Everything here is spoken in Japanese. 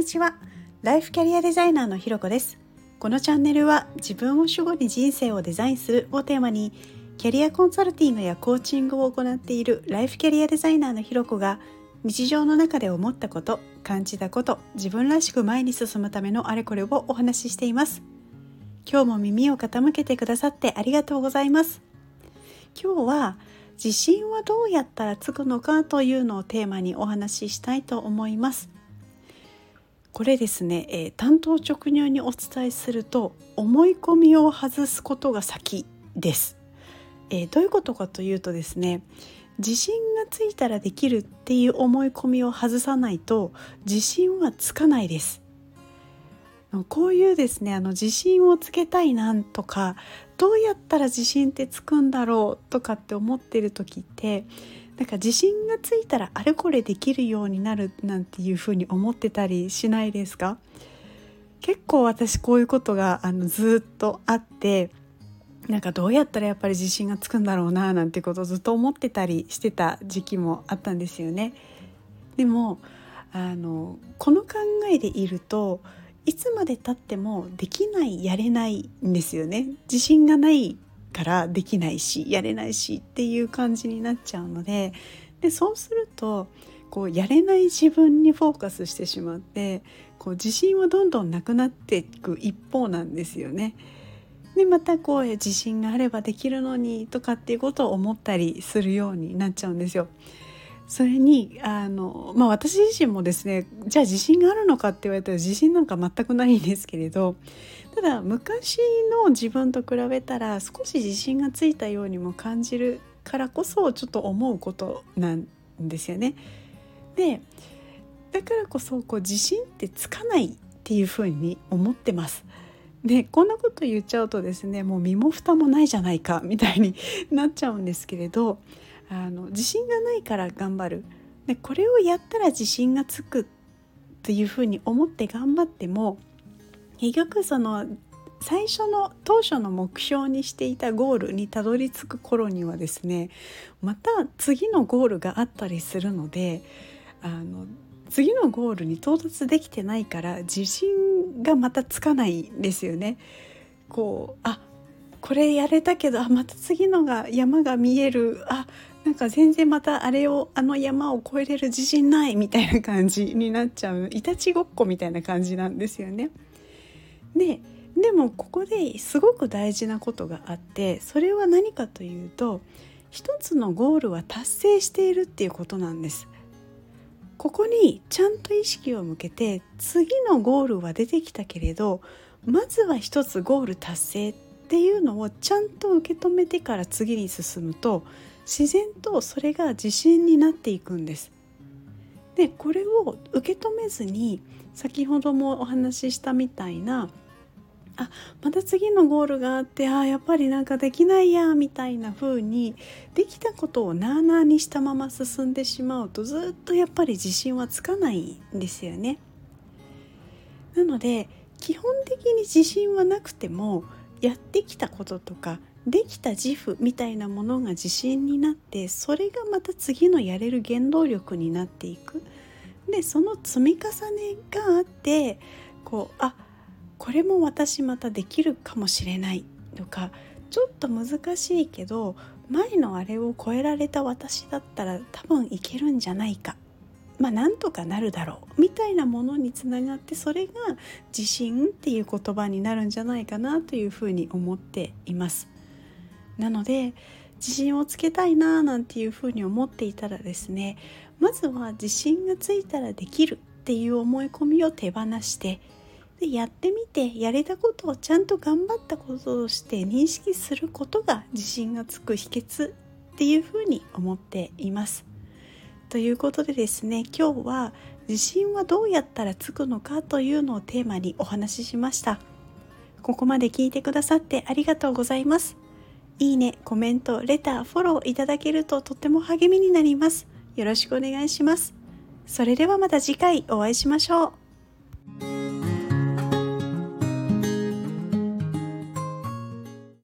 にちは。ライフキャリアデザイナーのひろこです。このチャンネルは自分を主語に人生をデザインするをテーマに、キャリアコンサルティングやコーチングを行っているライフキャリアデザイナーのひろこが、日常の中で思ったこと、感じたこと、自分らしく前に進むためのあれこれをお話ししています。今日も耳を傾けてくださってありがとうございます。今日は自信はどうやったらつくのかというのをテーマにお話ししたいと思います。これですね、単刀直入にお伝えすると、思い込みを外すことが先です。どういうことかというとですね、自信がついたらできるっていう思い込みを外さないと自信はつかないです。こういうですね、自信をつけたいなんとか、どうやったら自信ってつくんだろうとかって思ってる時って、なんか自信がついたらあれこれできるようになるなんていうふうに思ってたりしないですか？結構私こういうことがずっとあって、なんかどうやったらやっぱり自信がつくんだろうななんてことをずっと思ってたりしてた時期もあったんですよね。でもこの考えでいると、いつまで経ってもできない、やれないんですよね。自信がないからできないし、やれないしっていう感じになっちゃうので、そうするとやれない自分にフォーカスしてしまって、自信はどんどんなくなっていく一方なんですよね。でまた自信があればできるのにとかっていうことを思ったりするようになっちゃうんですよ。それに私自身もですね、じゃあ自信があるのかって言われたら自信なんか全くないんですけれど、ただ昔の自分と比べたら少し自信がついたようにも感じるからこそ、ちょっと思うことなんですよね。でだからこそ自信ってつかないっていうふうに思ってます。でこんなこと言っちゃうとですね、もう身も蓋もないじゃないかみたいになっちゃうんですけれど、自信がないから頑張る。でこれをやったら自信がつくっていうふうに思って頑張っても、結局最初の当初の目標にしていたゴールにたどり着く頃にはですね、また次のゴールがあったりするので、次のゴールに到達できてないから自信がまたつかないんですよね。これやれたけど、また次の山が見える、なんか全然またあの山を越えれる自信ないみたいな感じになっちゃう、いたちごっこみたいな感じなんですよね。でもここですごく大事なことがあって、それは何かというと、一つのゴールは達成しているっていうことなんです。ここにちゃんと意識を向けて、次のゴールは出てきたけれど、まずは一つゴール達成っていうのをちゃんと受け止めてから次に進むと、自然とそれが自信になっていくんです。でこれを受け止めずに、先ほどもお話ししたみたいな、また次のゴールがあって、やっぱりなんかできないやみたいな風に、できたことをなあなあにしたまま進んでしまうと、ずっとやっぱり自信はつかないんですよね。なので基本的に自信はなくても、やってきたこととかできた自負みたいなものが自信になって、それがまた次のやれる原動力になっていく。でその積み重ねがあって、これも私またできるかもしれないとか、ちょっと難しいけど前のあれを超えられた私だったら多分いけるんじゃないか、なんとかなるだろうみたいなものにつながって、それが自信っていう言葉になるんじゃないかなというふうに思っています。なので自信をつけたいななんていうふうに思っていたらですね、まずは自信がついたらできるっていう思い込みを手放して、やってみて、やれたことをちゃんと頑張ったこととして認識することが自信がつく秘訣っていうふうに思っています。ということでですね、今日は自信はどうやったらつくのかというのをテーマにお話ししました。ここまで聞いてくださってありがとうございます。いいね、コメント、レター、フォローいただけるととっても励みになります。よろしくお願いします。それではまた次回お会いしましょう。